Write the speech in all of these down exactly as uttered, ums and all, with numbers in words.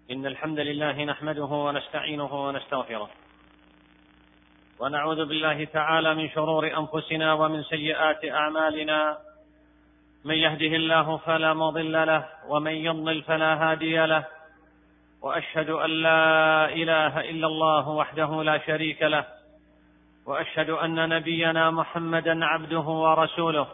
إن الحمد لله نحمده ونستعينه ونستغفره، ونعوذ بالله تعالى من شرور أنفسنا ومن سيئات أعمالنا. من يهده الله فلا مضل له، ومن يضلل فلا هادي له، وأشهد أن لا إله إلا الله وحده لا شريك له، وأشهد أن نبينا محمدا عبده ورسوله.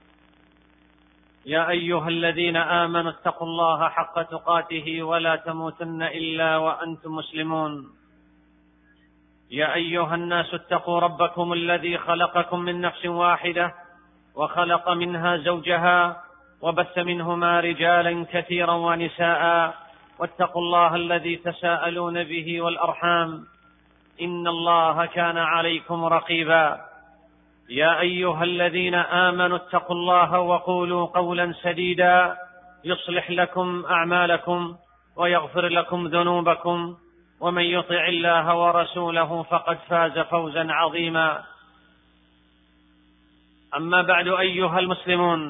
يا أيها الذين آمنوا اتقوا الله حق تقاته ولا تموتن إلا وأنتم مسلمون. يا أيها الناس اتقوا ربكم الذي خلقكم من نفس واحدة وخلق منها زوجها وبث منهما رجالا كثيرا ونساء، واتقوا الله الذي تساءلون به والأرحام، إن الله كان عليكم رقيبا. يا أيها الذين آمنوا اتقوا الله وقولوا قولا سديدا يصلح لكم أعمالكم ويغفر لكم ذنوبكم، ومن يطع الله ورسوله فقد فاز فوزا عظيما. أما بعد أيها المسلمون،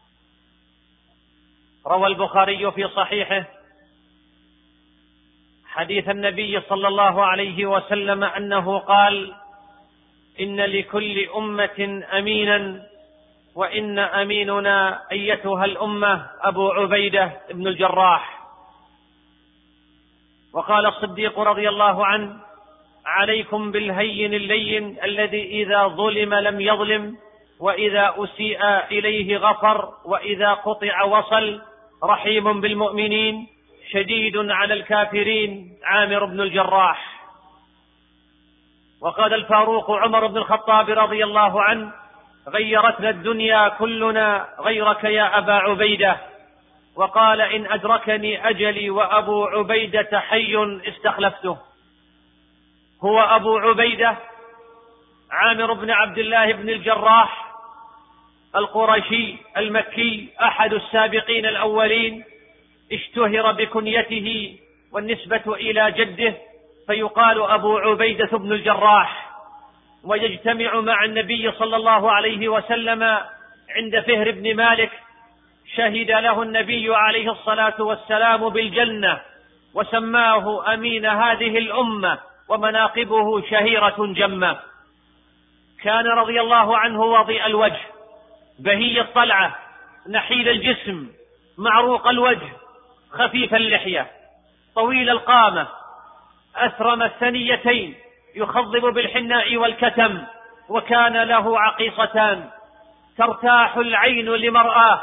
روى البخاري في صحيحه حديث النبي صلى الله عليه وسلم أنه قال: إن لكل أمة أمينا، وإن أميننا أيتها الأمة أبو عبيدة بن الجراح. وقال الصديق رضي الله عنه: عليكم بالهين اللين الذي إذا ظلم لم يظلم، وإذا أسيء إليه غفر، وإذا قطع وصل، رحيم بالمؤمنين شديد على الكافرين، عامر بن الجراح. وقال الفاروق عمر بن الخطاب رضي الله عنه: غيرتنا الدنيا كلنا غيرك يا أبا عبيدة. وقال: إن أدركني أجلي وأبو عبيدة حي استخلفته. هو أبو عبيدة عامر بن عبد الله بن الجراح القرشي المكي، أحد السابقين الأولين، اشتهر بكنيته والنسبة إلى جده، فيقال أبو عبيدة بن الجراح. ويجتمع مع النبي صلى الله عليه وسلم عند فهر بن مالك، شهد له النبي عليه الصلاة والسلام بالجنة، وسماه أمين هذه الأمة، ومناقبه شهيرة جمة. كان رضي الله عنه وضيء الوجه، بهي الطلعة، نحيل الجسم، معروق الوجه، خفيف اللحية، طويل القامة، أثرم الثنيتين، يخضب بالحناء والكتم. وكان له عقيصتان، ترتاح العين لمرآه،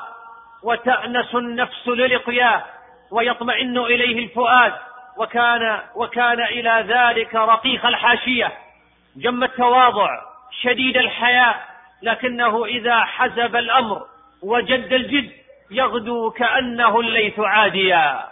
وتأنس النفس للقياه، ويطمئن إليه الفؤاد. وكان, وكان إلى ذلك رقيق الحاشية، جم التواضع، شديد الحياء، لكنه إذا حزب الأمر وجد الجد يغدو كأنه الليث عاديا.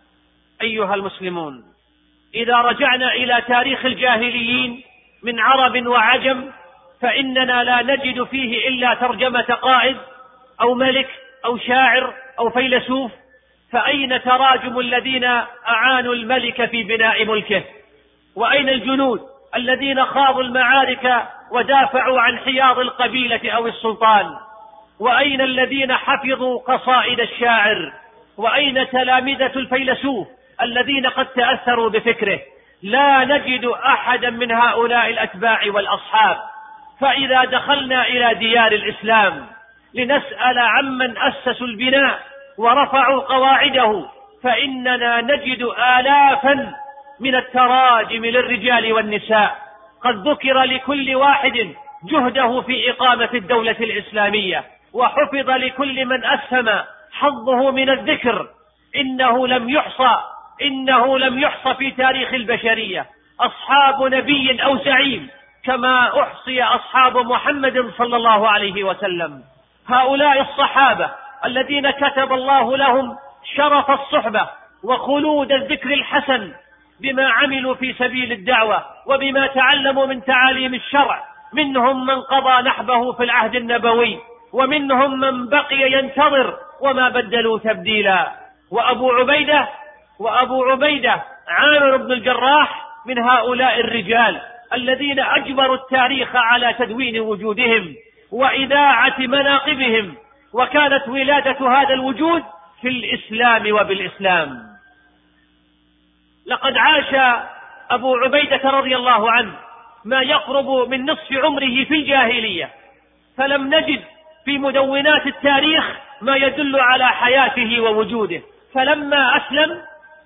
أيها المسلمون، إذا رجعنا إلى تاريخ الجاهليين من عرب وعجم، فإننا لا نجد فيه إلا ترجمة قائد أو ملك أو شاعر أو فيلسوف. فأين تراجم الذين أعانوا الملك في بناء ملكه؟ وأين الجنود الذين خاضوا المعارك ودافعوا عن حياض القبيلة أو السلطان؟ وأين الذين حفظوا قصائد الشاعر؟ وأين تلامذة الفيلسوف الذين قد تأثروا بفكره؟ لا نجد أحدا من هؤلاء الأتباع والأصحاب. فإذا دخلنا إلى ديار الإسلام لنسأل عمن أسسوا البناء ورفعوا قواعده، فإننا نجد آلافا من التراجم للرجال والنساء، قد ذكر لكل واحد جهده في إقامة الدولة الإسلامية، وحفظ لكل من أسهم حظه من الذكر. إنه لم يحصى إنه لم يحصى في تاريخ البشرية أصحاب نبي أو زعيم كما أحصي أصحاب محمد صلى الله عليه وسلم. هؤلاء الصحابة الذين كتب الله لهم شرف الصحبة وخلود الذكر الحسن بما عملوا في سبيل الدعوة وبما تعلموا من تعاليم الشرع، منهم من قضى نحبه في العهد النبوي، ومنهم من بقي ينتظر وما بدلوا تبديلا. وأبو عبيدة وأبو عبيدة عامر بن الجراح من هؤلاء الرجال الذين أجبروا التاريخ على تدوين وجودهم وإذاعة مناقبهم، وكانت ولادة هذا الوجود في الإسلام وبالإسلام. لقد عاش أبو عبيدة رضي الله عنه ما يقرب من نصف عمره في الجاهلية، فلم نجد في مدونات التاريخ ما يدل على حياته ووجوده. فلما أسلم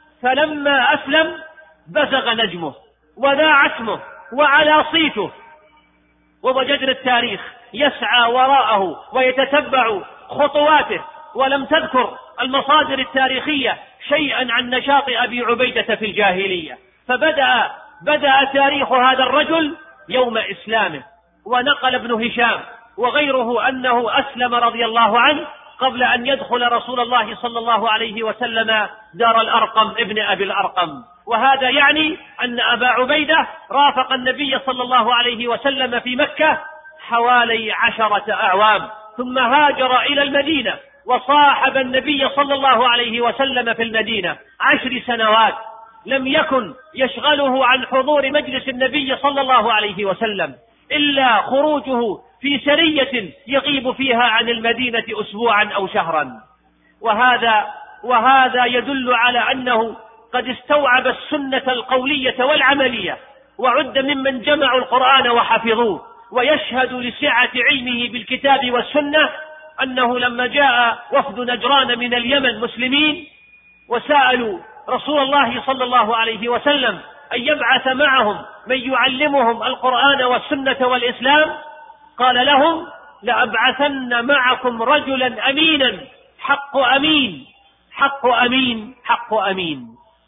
فلما أسلم بزغ نجمه وذاع اسمه وعلى صيته، ووجدنا التاريخ يسعى وراءه ويتتبع خطواته، ولم تذكر المصادر التاريخية شيئا عن نشاط أبي عبيدة في الجاهلية. فبدأ بدأ تاريخ هذا الرجل يوم إسلامه. ونقل ابن هشام وغيره أنه أسلم رضي الله عنه قبل أن يدخل رسول الله صلى الله عليه وسلم دار الأرقم ابن أبي الأرقم. وهذا يعني أن أبا عبيدة رافق النبي صلى الله عليه وسلم في مكة حوالي عشرة أعوام، ثم هاجر إلى المدينة وصاحب النبي صلى الله عليه وسلم في المدينة عشر سنوات. لم يكن يشغله عن حضور مجلس النبي صلى الله عليه وسلم إلا خروجه في سرية يغيب فيها عن المدينة أسبوعا أو شهرا. وهذا وهذا يدل على أنه قد استوعب السنة القولية والعملية، وعد ممن جمعوا القرآن وحفظوه. ويشهد لسعة علمه بالكتاب والسنة أنه لما جاء وفد نجران من اليمن مسلمين وسألوا رسول الله صلى الله عليه وسلم أن يبعث معهم من يعلمهم القرآن والسنة والإسلام، قال لهم: لأبعثن معكم رجلا أمينا حق أمين حق أمين حق أمين.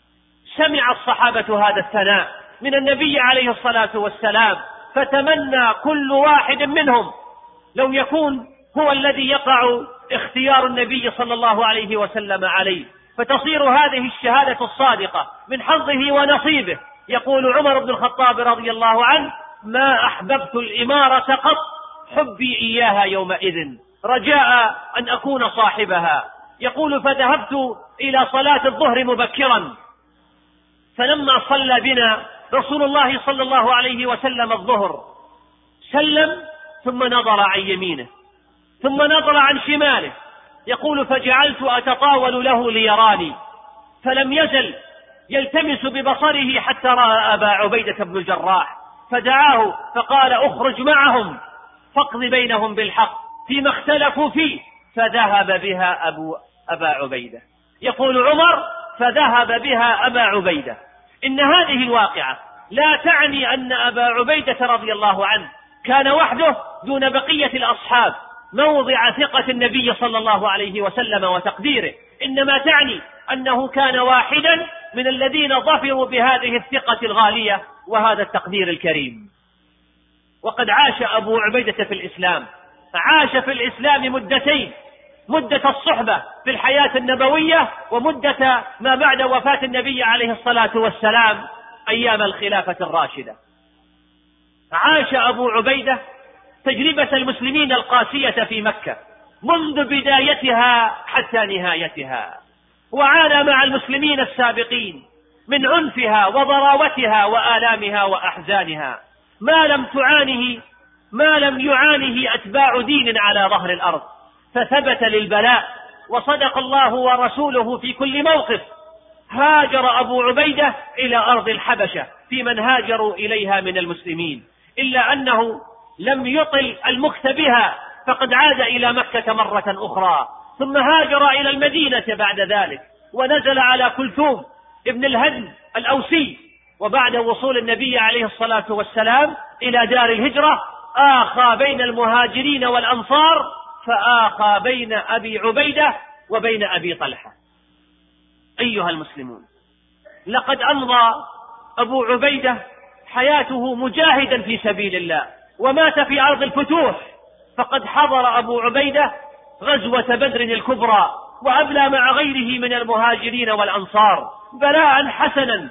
سمع الصحابة هذا الثناء من النبي عليه الصلاة والسلام، فتمنى كل واحد منهم لو يكون هو الذي يقع اختيار النبي صلى الله عليه وسلم عليه، فتصير هذه الشهادة الصادقة من حظه ونصيبه. يقول عمر بن الخطاب رضي الله عنه: ما أحببت الإمارة قط حبي إياها يومئذ رجاء أن أكون صاحبها. يقول: فذهبت إلى صلاة الظهر مبكرا، فلما صلى بنا رسول الله صلى الله عليه وسلم الظهر سلم ثم نظر عن يمينه ثم نظر عن شماله. يقول: فجعلت أتطاول له ليراني، فلم يزل يلتمس ببصره حتى رأى أبا عبيدة بن الجراح، فدعاه فقال: أخرج معهم فاقض بينهم بالحق فيما اختلفوا فيه، فذهب بها أبو أبا عبيدة. يقول عمر: فذهب بها أبا عبيدة. إن هذه الواقعة لا تعني أن أبا عبيدة رضي الله عنه كان وحده دون بقية الأصحاب موضع ثقة النبي صلى الله عليه وسلم وتقديره، إنما تعني أنه كان واحدا من الذين ظفروا بهذه الثقة الغالية وهذا التقدير الكريم. وقد عاش أبو عبيدة في الإسلام، عاش في الإسلام مدتين: مدة الصحبة في الحياة النبوية، ومدة ما بعد وفاة النبي عليه الصلاة والسلام أيام الخلافة الراشدة. عاش أبو عبيدة تجربة المسلمين القاسية في مكة منذ بدايتها حتى نهايتها، وعانى مع المسلمين السابقين من عنفها وضراوتها وآلامها وأحزانها ما لم تعانه ما لم يعانه أتباع دين على ظهر الأرض، فثبت للبلاء وصدق الله ورسوله في كل موقف. هاجر أبو عبيدة إلى أرض الحبشة في من هاجروا إليها من المسلمين، إلا أنه لم يطل المكث بها، فقد عاد إلى مكة مرة أخرى، ثم هاجر إلى المدينة بعد ذلك، ونزل على كلثوم ابن الهدم الأوسي. وبعد وصول النبي عليه الصلاة والسلام إلى دار الهجرة آخى بين المهاجرين والأنصار، فآخى بين أبي عبيدة وبين أبي طلحة. أيها المسلمون، لقد أمضى أبو عبيدة حياته مجاهدا في سبيل الله، ومات في أرض الفتوح، فقد حضر أبو عبيدة غزوة بدر الكبرى، وأبلى مع غيره من المهاجرين والأنصار بلاء حسنا.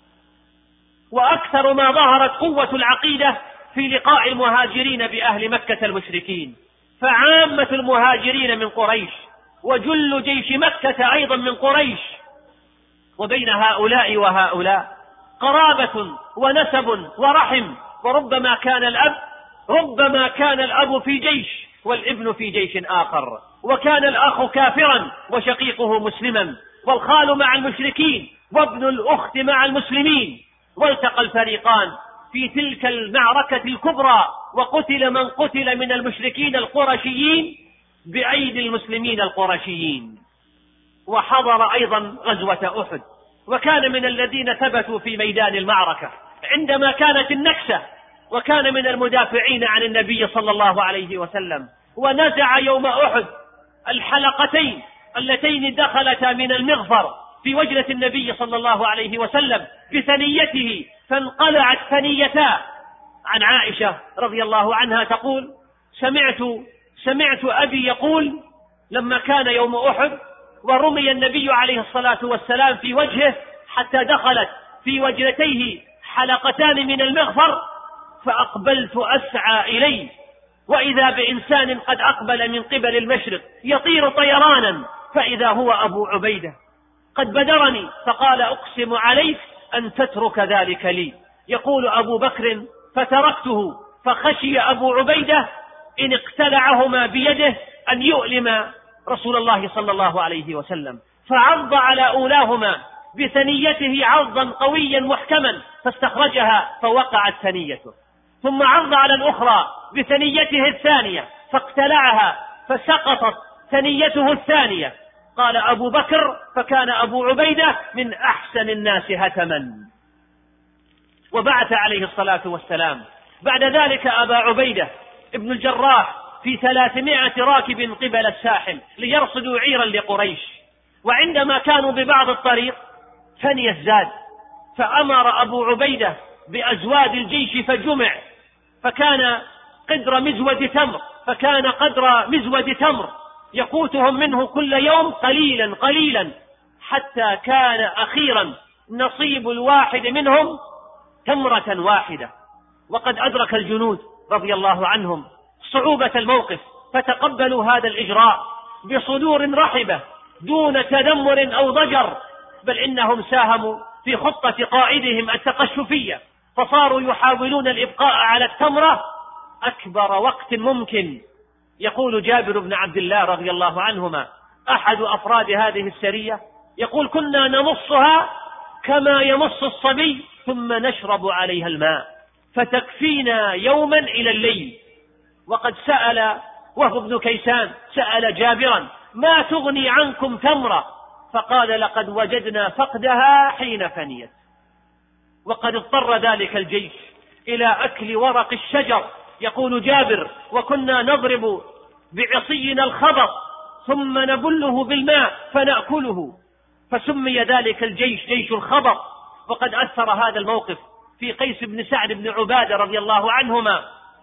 وأكثر ما ظهرت قوة العقيدة في لقاء المهاجرين بأهل مكة المشركين، فعامة المهاجرين من قريش، وجل جيش مكة أيضا من قريش، وبين هؤلاء وهؤلاء قرابة ونسب ورحم، وربما كان الأب ربما كان الأب في جيش والابن في جيش آخر، وكان الأخ كافرا وشقيقه مسلما، والخال مع المشركين وابن الأخت مع المسلمين، والتقى الفريقان في تلك المعركة الكبرى، وقتل من قتل من المشركين القرشيين بأيدي المسلمين القرشيين. وحضر أيضا غزوة أحد، وكان من الذين ثبتوا في ميدان المعركة عندما كانت النكسة، وكان من المدافعين عن النبي صلى الله عليه وسلم، ونزع يوم أحد الحلقتين اللتين دخلتا من المغفر في وجنة النبي صلى الله عليه وسلم بثنيته، فانقلعت ثنيتا. عن عائشة رضي الله عنها تقول: سمعت سمعت أبي يقول لما كان يوم أحد ورمي النبي عليه الصلاة والسلام في وجهه حتى دخلت في وجنتيه حلقتان من المغفر، فأقبلت أسعى إليه، وإذا بإنسان قد أقبل من قبل المشرق يطير طيرانا، فإذا هو أبو عبيدة قد بدرني، فقال: أقسم عليك أن تترك ذلك لي. يقول أبو بكر: فتركته، فخشي أبو عبيدة إن اقتلعهما بيده أن يؤلم رسول الله صلى الله عليه وسلم، فعض على أولاهما بثنيته عضا قويا محكما فاستخرجها فوقعت ثنيته، ثم عض على الأخرى بثنيته الثانية فاقتلعها فسقطت ثنيته الثانية. قال أبو بكر: فكان أبو عبيدة من أحسن الناس هتما. وبعث عليه الصلاة والسلام بعد ذلك أبا عبيدة ابن الجراح في ثلاثمائة راكب قبل الساحل ليرصدوا عيرا لقريش، وعندما كانوا ببعض الطريق ثني الزاد، فأمر أبو عبيدة بأزواد الجيش فجمع، فكان قدر مزود تمر فكان قدر مزود تمر يقوتهم منه كل يوم قليلا قليلا، حتى كان أخيرا نصيب الواحد منهم تمرة واحدة. وقد أدرك الجنود رضي الله عنهم صعوبة الموقف، فتقبلوا هذا الإجراء بصدور رحبة دون تذمر أو ضجر، بل إنهم ساهموا في خطة قائدهم التقشفية، فصاروا يحاولون الإبقاء على التمرة أكبر وقت ممكن. يقول جابر بن عبد الله رضي الله عنهما أحد أفراد هذه السرية، يقول: كنا نمصها كما يمص الصبي ثم نشرب عليها الماء فتكفينا يوما إلى الليل. وقد سأل وهو ابن كيسان سأل جابرا: ما تغني عنكم تمرة؟ فقال: لقد وجدنا فقدها حين فنيت. وقد اضطر ذلك الجيش إلى أكل ورق الشجر. يقول جابر: وكنا نضرب بعصينا الخبط ثم نبله بالماء فنأكله، فسمي ذلك الجيش جيش الخبط. وقد أثر هذا الموقف في قيس بن سعد بن عبادة رضي الله عنهما،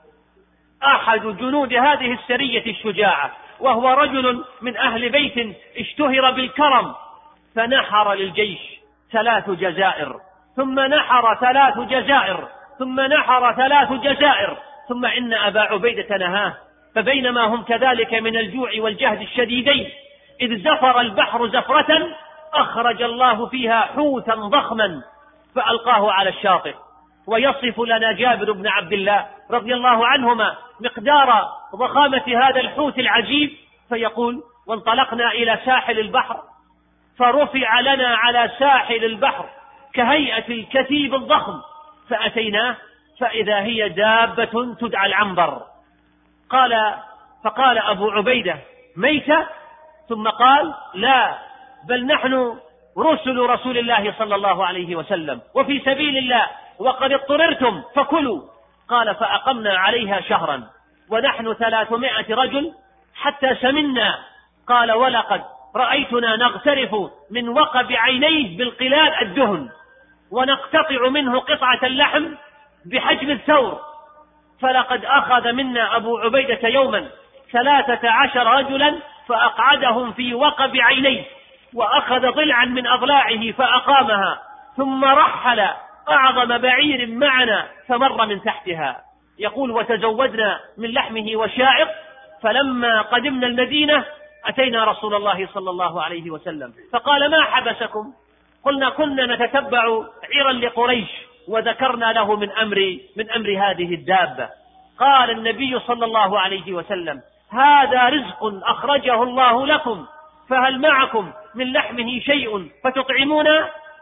أحد جنود هذه السرية الشجاعة، وهو رجل من أهل بيت اشتهر بالكرم، فنحر للجيش ثلاث جزائر ثم نحر ثلاث جزائر ثم نحر ثلاث جزائر، ثم إن أبا عبيدة نهاه. فبينما هم كذلك من الجوع والجهد الشديدين إذ زفر البحر زفرة أخرج الله فيها حوتا ضخما فألقاه على الشاطئ. ويصف لنا جابر بن عبد الله رضي الله عنهما مقدار ضخامة هذا الحوت العجيب، فيقول: وانطلقنا إلى ساحل البحر فرفع لنا على ساحل البحر كهيئة الكثيب الضخم، فأتيناه فإذا هي دابة تدعى العنبر. قال فقال أبو عبيدة: ميتة؟ ثم قال: لا، بل نحن رسل رسول الله صلى الله عليه وسلم وفي سبيل الله، وقد اضطررتم فكلوا. قال: فأقمنا عليها شهرا ونحن ثلاثمائة رجل حتى سمنا. قال: ولقد رأيتنا نغترف من وقب عينيه بالقلال الدهن، ونقتطع منه قطعة اللحم بحجم الثور. فلقد أخذ منا أبو عبيدة يوما ثلاثة عشر رجلا فأقعدهم في وقب عينيه، وأخذ ضلعا من أضلاعه فأقامها، ثم رحل أعظم بعير معنا فمر من تحتها. يقول: وتزودنا من لحمه وشائق، فلما قدمنا المدينة أتينا رسول الله صلى الله عليه وسلم فقال: ما حبسكم؟ قلنا: كنا نتتبع عيرا لقريش، وذكرنا له من أمر, من أمر هذه الدابة. قال النبي صلى الله عليه وسلم: هذا رزق أخرجه الله لكم، فهل معكم من لحمه شيء فتطعمونا؟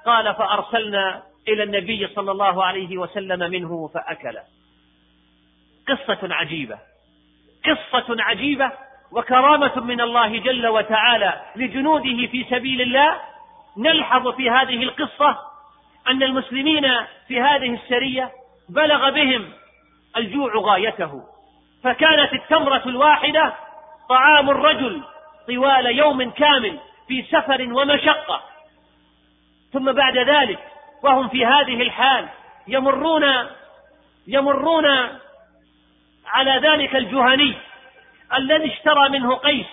قال فأرسلنا إلى النبي صلى الله عليه وسلم منه فأكل. قصة عجيبة، قصة عجيبة وكرامة من الله جل وتعالى لجنوده في سبيل الله. نلحظ في هذه القصة أن المسلمين في هذه السرية بلغ بهم الجوع غايته، فكانت التمرة الواحدة طعام الرجل طوال يوم كامل في سفر ومشقة. ثم بعد ذلك وهم في هذه الحال يمرون يمرون على ذلك الجهني الذي اشترى منه قيس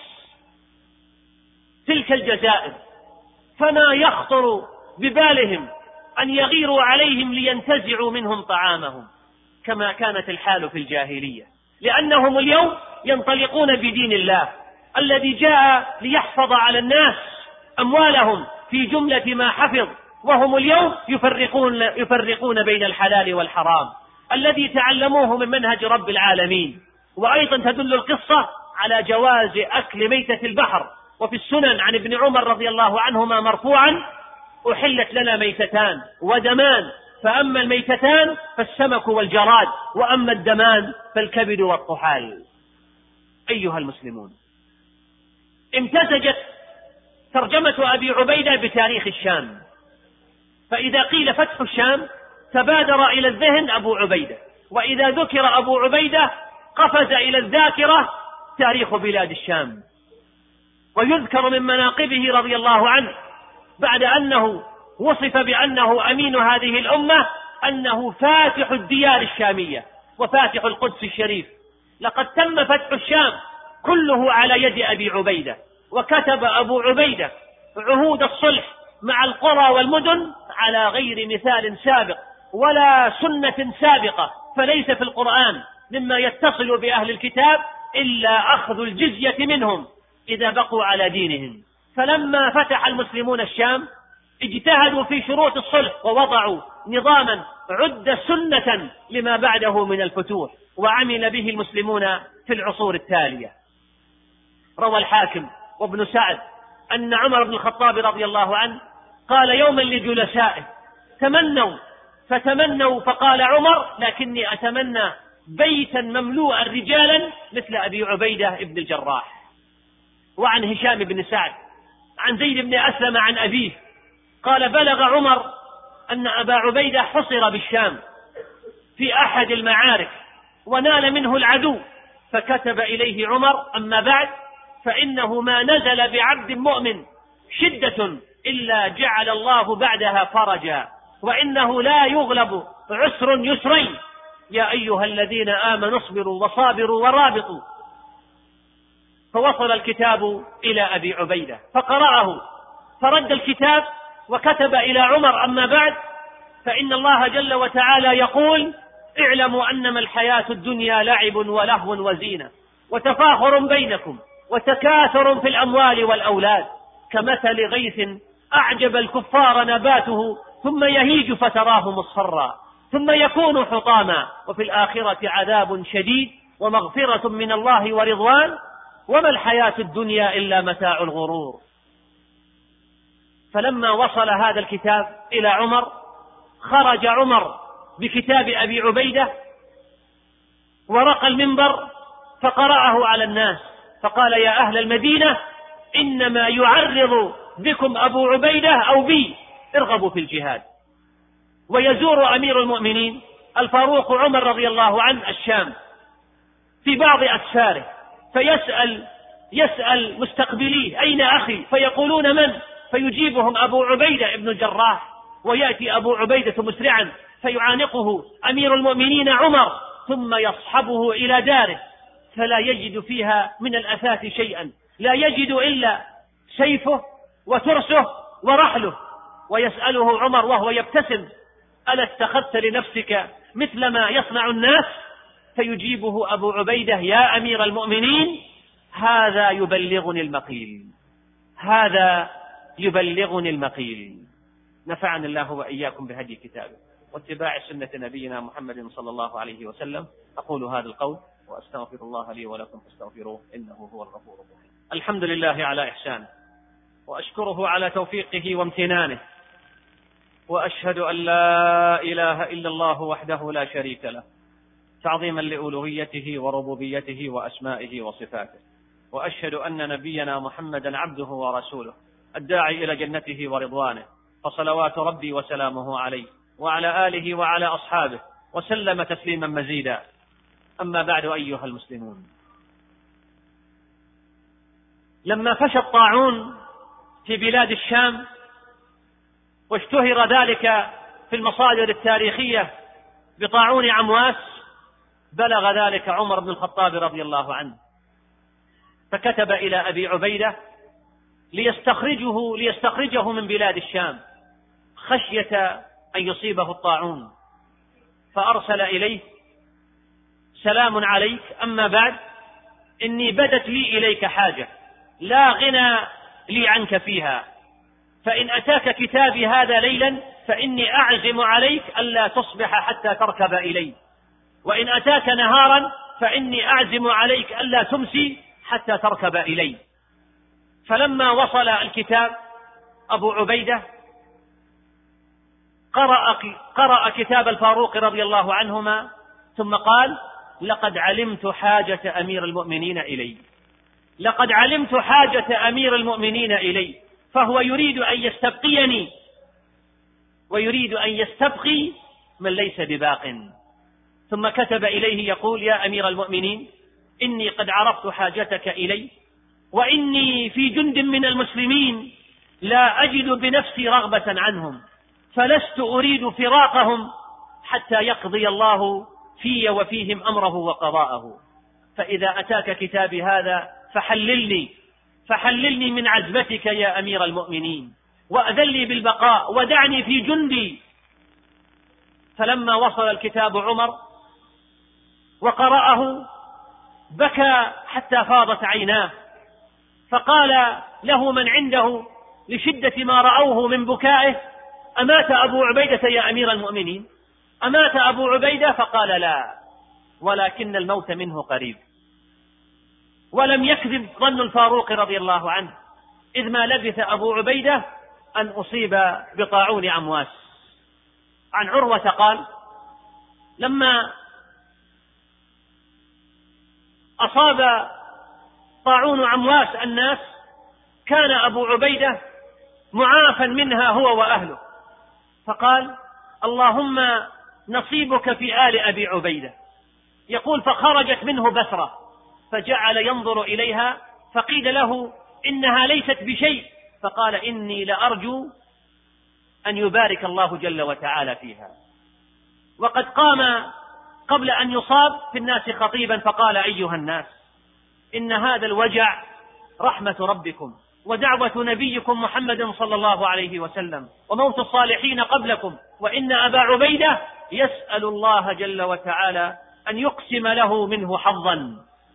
تلك الجزائر، فما يخطر ببالهم أن يغيروا عليهم لينتزعوا منهم طعامهم كما كانت الحال في الجاهلية، لأنهم اليوم ينطلقون بدين الله الذي جاء ليحفظ على الناس أموالهم في جملة ما حفظ، وهم اليوم يفرقون, يفرقون بين الحلال والحرام الذي تعلموه من منهج رب العالمين. وأيضا تدل القصة على جواز أكل ميتة البحر، وفي السنن عن ابن عمر رضي الله عنهما مرفوعا: أحلت لنا ميتتان ودمان، فأما الميتتان فالسمك والجراد، وأما الدمان فالكبد والطحال. أيها المسلمون، امتزجت ترجمة أبي عبيدة بتاريخ الشام، فإذا قيل فتح الشام تبادر إلى الذهن أبو عبيدة، وإذا ذكر أبو عبيدة قفز إلى الذاكرة تاريخ بلاد الشام. ويذكر من مناقبه رضي الله عنه بعد أنه وصف بأنه أمين هذه الأمة أنه فاتح الديار الشامية وفاتح القدس الشريف. لقد تم فتح الشام كله على يد أبي عبيدة، وكتب أبو عبيدة عهود الصلح مع القرى والمدن على غير مثال سابق ولا سنة سابقة، فليس في القرآن مما يتصل بأهل الكتاب إلا أخذ الجزية منهم إذا بقوا على دينهم. فلما فتح المسلمون الشام اجتهدوا في شروط الصلح ووضعوا نظاما عد سنة لما بعده من الفتوح، وعمل به المسلمون في العصور التالية. روى الحاكم وابن سعد أن عمر بن الخطاب رضي الله عنه قال يوما لجلسائه: تمنوا فتمنوا، فقال عمر: لكني أتمنى بيتا مملوءا رجالا مثل أبي عبيدة بن الجراح. وعن هشام بن سعد عن زيد بن أسلم عن أبيه قال: بلغ عمر أن أبا عبيدة حصر بالشام في أحد المعارك ونال منه العدو، فكتب إليه عمر: أما بعد، فإنه ما نزل بعبد مؤمن شدة إلا جعل الله بعدها فرجا، وإنه لا يغلب عسر يسرين، يا أيها الذين آمنوا اصبروا وصابروا ورابطوا. فوصل الكتاب إلى أبي عبيدة فقرأه، فرد الكتاب وكتب إلى عمر: أما بعد، فإن الله جل وتعالى يقول: اعلموا أنما الحياة الدنيا لعب ولهو وزينة وتفاخر بينكم وتكاثر في الأموال والأولاد كمثل غيث أعجب الكفار نباته ثم يهيج فتراه مصفرا ثم يكون حطاما وفي الآخرة عذاب شديد ومغفرة من الله ورضوان وما الحياة الدنيا إلا متاع الغرور. فلما وصل هذا الكتاب إلى عمر خرج عمر بكتاب أبي عبيدة ورقى المنبر فقرأه على الناس فقال: يا أهل المدينة، إنما يعرض بكم أبو عبيدة أو بي، ارغبوا في الجهاد. ويزور أمير المؤمنين الفاروق عمر رضي الله عنه الشام في بعض أسفاره فيسأل يسأل مستقبليه: أين أخي؟ فيقولون: من؟ فيجيبهم أبو عبيدة ابن الجراح، ويأتي أبو عبيدة مسرعا فيعانقه أمير المؤمنين عمر ثم يصحبه إلى داره فلا يجد فيها من الأثاث شيئا، لا يجد إلا سيفه وترسه ورحله. ويسأله عمر وهو يبتسم: ألا اتخذت لنفسك مثل ما يصنع الناس؟ فيجيبه أبو عبيدة: يا أمير المؤمنين، هذا يبلغني المقيل، هذا يبلغني المقيل. نفعني الله وإياكم بهدي كتابه واتباع سنة نبينا محمد صلى الله عليه وسلم. أقول هذا القول وأستغفر الله لي ولكم فاستغفروه إنه هو الغفور الرحيم. الحمد لله على إحسانه، وأشكره على توفيقه وامتنانه، وأشهد أن لا إله إلا الله وحده لا شريك له تعظيما لألوهيته وربوبيته وأسمائه وصفاته، وأشهد أن نبينا محمدا عبده ورسوله الداعي إلى جنته ورضوانه، فصلوات ربي وسلامه عليه وعلى آله وعلى أصحابه وسلم تسليما مزيدا. أما بعد أيها المسلمون، لما فشى الطاعون في بلاد الشام واشتهر ذلك في المصادر التاريخية بطاعون عمواس، بلغ ذلك عمر بن الخطاب رضي الله عنه، فكتب إلى أبي عبيدة ليستخرجه, ليستخرجه من بلاد الشام خشية أن يصيبه الطاعون، فأرسل إليه: سلام عليك، أما بعد، إني بدت لي إليك حاجة لا غنى لي عنك فيها، فإن أتاك كتابي هذا ليلا فإني أعزم عليك ألا تصبح حتى تركب إلي، وإن أتاك نهارا فإني أعزم عليك ألا تمسي حتى تركب إلي. فلما وصل الكتاب أبو عبيدة قرأ, قرأ كتاب الفاروق رضي الله عنهما، ثم قال: لقد علمت حاجة أمير المؤمنين إلي، لقد علمت حاجة أمير المؤمنين إلي، فهو يريد أن يستبقيني ويريد أن يستبقي من ليس بباق. ثم كتب إليه يقول: يا أمير المؤمنين، إني قد عرفت حاجتك إلي، وإني في جند من المسلمين لا أجد بنفسي رغبة عنهم، فلست أريد فراقهم حتى يقضي الله في وفيهم أمره وقضاءه، فإذا أتاك كتابي هذا فحللني فحللني من عزمتك يا أمير المؤمنين، وأذن لي بالبقاء ودعني في جندي. فلما وصل الكتاب عمر وقرأه بكى حتى فاضت عيناه، فقال له من عنده لشدة ما رأوه من بكائه: أمات أبو عبيدة يا أمير المؤمنين؟ أمات أبو عبيدة؟ فقال: لا، ولكن الموت منه قريب. ولم يكذب ظن الفاروق رضي الله عنه، إذ ما لبث أبو عبيدة أن أصيب بطاعون عمواس. عن عروة قال: لما أصاب طاعون عمواس الناس كان أبو عبيدة معافا منها هو وأهله، فقال: اللهم نصيبك في آل أبي عبيدة. يقول: فخرجت منه بسرة، فجعل ينظر إليها، فقيل له: إنها ليست بشيء، فقال: إني لأرجو أن يبارك الله جل وتعالى فيها. وقد قام قبل أن يصاب في الناس خطيبا فقال: أيها الناس، إن هذا الوجع رحمة ربكم ودعوة نبيكم محمد صلى الله عليه وسلم وموت الصالحين قبلكم، وإن أبا عبيدة يسأل الله جل وتعالى أن يقسم له منه حظا.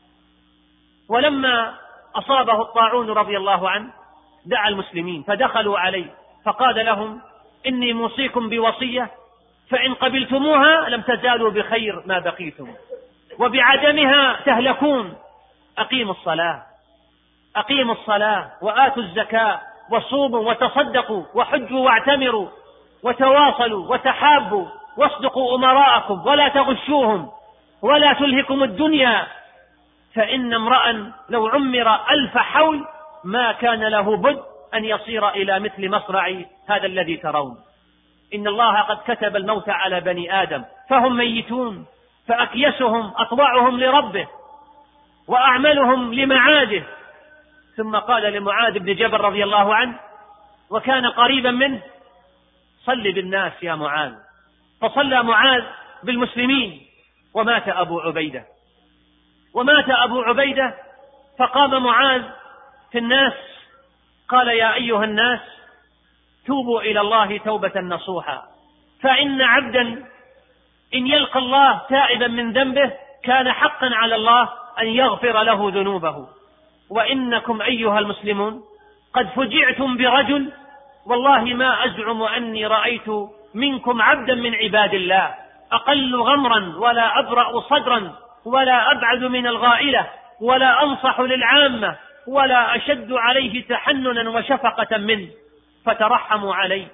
ولما أصابه الطاعون رضي الله عنه دعا المسلمين فدخلوا عليه فقال لهم: إني موصيكم بوصية، فإن قبلتموها لم تزالوا بخير ما بقيتم، وبعدمها تهلكون. أقيموا الصلاة أقيموا الصلاة وآتوا الزكاة وصوموا وتصدقوا وحجوا واعتمروا وتواصلوا وتحابوا واصدقوا أمراءكم ولا تغشوهم ولا تلهكم الدنيا، فإن امرأ لو عمر ألف حول ما كان له بد أن يصير إلى مثل مصرع هذا الذي ترون. إن الله قد كتب الموت على بني آدم فهم ميتون، فأكيسهم أطوعهم لربه وأعملهم لمعاده. ثم قال لمعاذ بن جبل رضي الله عنه وكان قريبا منه: صل بالناس يا معاذ. فصلى معاذ بالمسلمين ومات أبو عبيدة ومات أبو عبيدة فقام معاذ في الناس قال: يا أيها الناس، توبوا إلى الله توبة نصوحا، فإن عبدا إن يلقى الله تائبا من ذنبه كان حقا على الله أن يغفر له ذنوبه. وإنكم أيها المسلمون قد فجعتم برجل والله ما أزعم أني رأيت منكم عبدا من عباد الله أقل غمرا ولا أبرأ صدرا ولا أبعد من الغائلة ولا أنصح للعامة ولا أشد عليه تحننا وشفقة منه، فترحموا عليه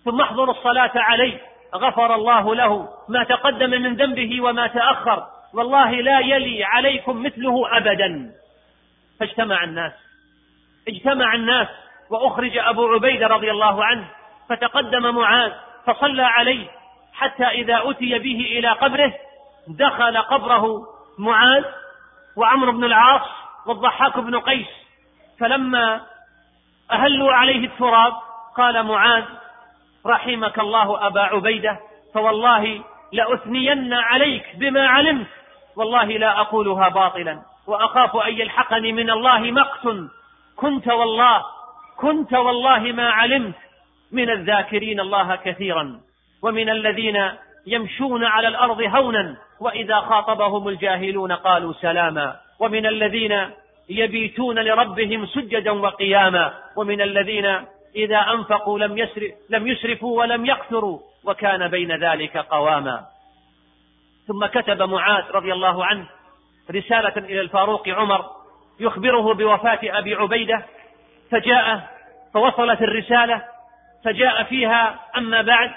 ثم احضروا الصلاة عليه غفر الله له ما تقدم من ذنبه وما تأخر، والله لا يلي عليكم مثله أبدا. فاجتمع الناس اجتمع الناس وأخرج أبو عبيدة رضي الله عنه، فتقدم معاذ فصلى عليه، حتى إذا أتي به إلى قبره دخل قبره معاذ وعمرو بن العاص والضحاك بن قيس، فلما أهلوا عليه التراب قال معاذ رحمك الله أبا عبيدة، فوالله لأثنين عليك بما علمت، والله لا أقولها باطلا، وأخاف أن يلحقني من الله مقت، كنت والله كنت والله ما علمت من الذاكرين الله كثيرا، ومن الذين يمشون على الأرض هونا وإذا خاطبهم الجاهلون قالوا سلاما، ومن الذين يبيتون لربهم سجدا وقياما، ومن الذين إذا أنفقوا لم يسرف لم يسرفوا ولم يقتروا وكان بين ذلك قواما. ثم كتب معاذ رضي الله عنه رسالة إلى الفاروق عمر يخبره بوفاة أبي عبيدة، فجاء فوصلت الرسالة فجاء فيها أما بعد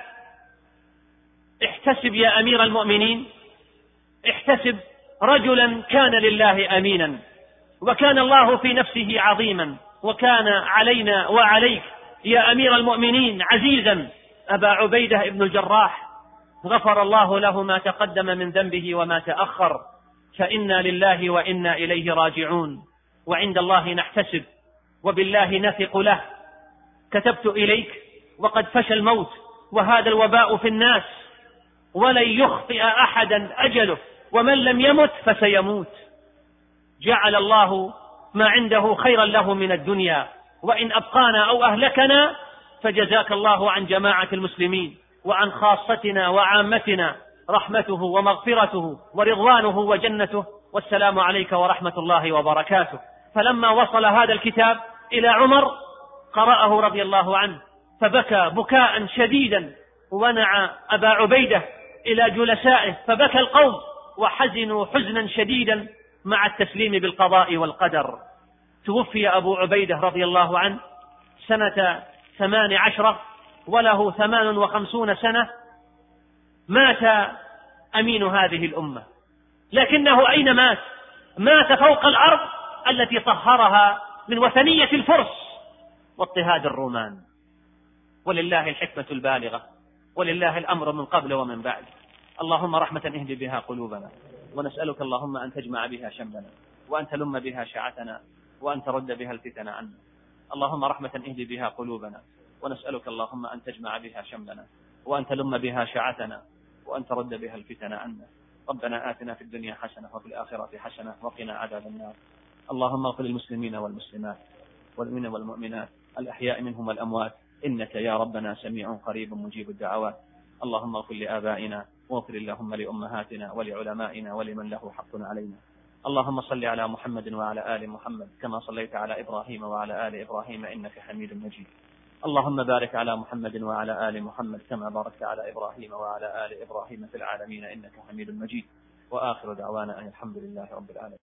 احتسب يا أمير المؤمنين، احتسب رجلا كان لله أمينا، وكان الله في نفسه عظيما، وكان علينا وعليك يا أمير المؤمنين عزيزا أبا عبيدة ابن الجراح، غفر الله له ما تقدم من ذنبه وما تأخر، فإنا لله وإنا إليه راجعون، وعند الله نحتسب وبالله نثق له. كتبت إليك وقد فشى الموت وهذا الوباء في الناس، ولن يخطئ أحدا أجله، ومن لم يمت فسيموت، جعل الله ما عنده خيرا له من الدنيا، وإن أبقانا أو أهلكنا فجزاك الله عن جماعة المسلمين وعن خاصتنا وعامتنا رحمته ومغفرته ورضوانه وجنته، والسلام عليك ورحمة الله وبركاته. فلما وصل هذا الكتاب إلى عمر قرأه رضي الله عنه فبكى بكاء شديدا، ونعى أبا عبيدة إلى جلسائه فبكى القوم وحزنوا حزنا شديدا مع التسليم بالقضاء والقدر. توفي أبو عبيدة رضي الله عنه سنة ثمان عشرة وله ثمان وخمسون سنة، مات أمين هذه الأمة، لكنه أين مات؟ مات فوق الأرض التي طهرها من وثنية الفرس واضطهاد الرومان، ولله الحكمة البالغة، ولله الأمر من قبل ومن بعد. اللهم رحمة اهد بها قلوبنا، ونسألك اللهم أن تجمع بها شملنا، وأن تلم بها شعتنا، وأن ترد بها الفتن عنا. اللهم رحمة اهد بها قلوبنا، ونسألك اللهم أن تجمع بها شملنا، وأن تلم بها شعتنا، وأن ترد بها الفتن عنا. ربنا آتنا في الدنيا حسنة وفي الآخرة حسنة وقنا عذاب النار. اللهم اغفر للمسلمين والمسلمات والمؤمنين والمؤمنات الأحياء منهم والأموات، إنك يا ربنا سميع قريب مجيب الدعوات. اللهم اغفر لآبائنا، واغفر اللهم لأمهاتنا ولعلمائنا ولمن له حق علينا. اللهم صل على محمد وعلى آل محمد كما صليت على إبراهيم وعلى آل إبراهيم إنك حميد مجيد. اللهم بارك على محمد وعلى آل محمد كما باركت على إبراهيم وعلى آل إبراهيم في العالمين إنك حميد مجيد. وآخر دعوانا أن الحمد لله رب العالمين.